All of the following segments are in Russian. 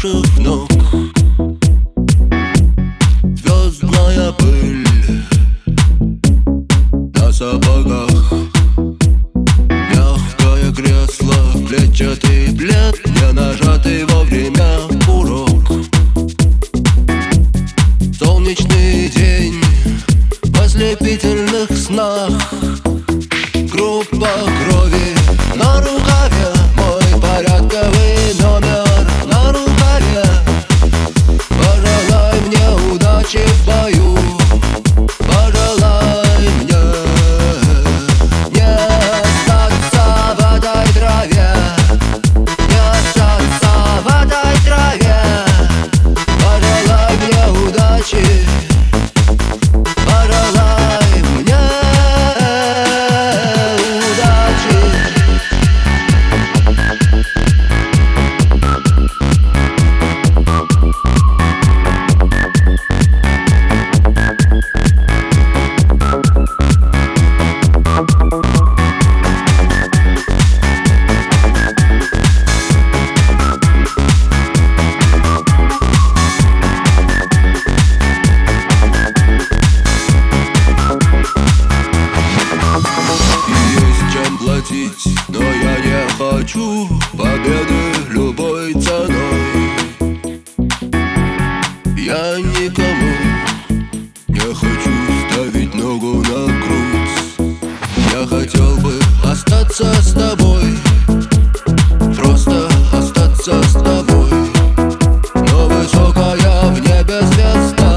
наших ног. Звездная пыль на сапогах, мягкое кресло, клетчатый плед, не нажатый вовремя урок. Солнечный день в ослепительных снах, группа крови на рукаве, мой порядковый номер на рукаве. Пожелай мне удачи в бою, пожелай мне не остаться в этой траве, не остаться в этой траве. Пожелай мне удачи, пожелай мне удачи. Но я не хочу победы любой ценой. Я никому не хочу ставить ногу на грудь. Я хотел бы остаться с тобой, просто остаться с тобой. Но высокая в небе звезда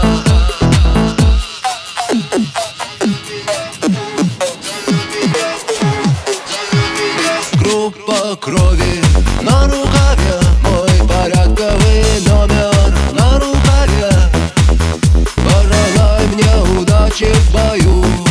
группа крови на рукаве, мой порядковый номер на рукаве. Пожелай мне удачи в бою.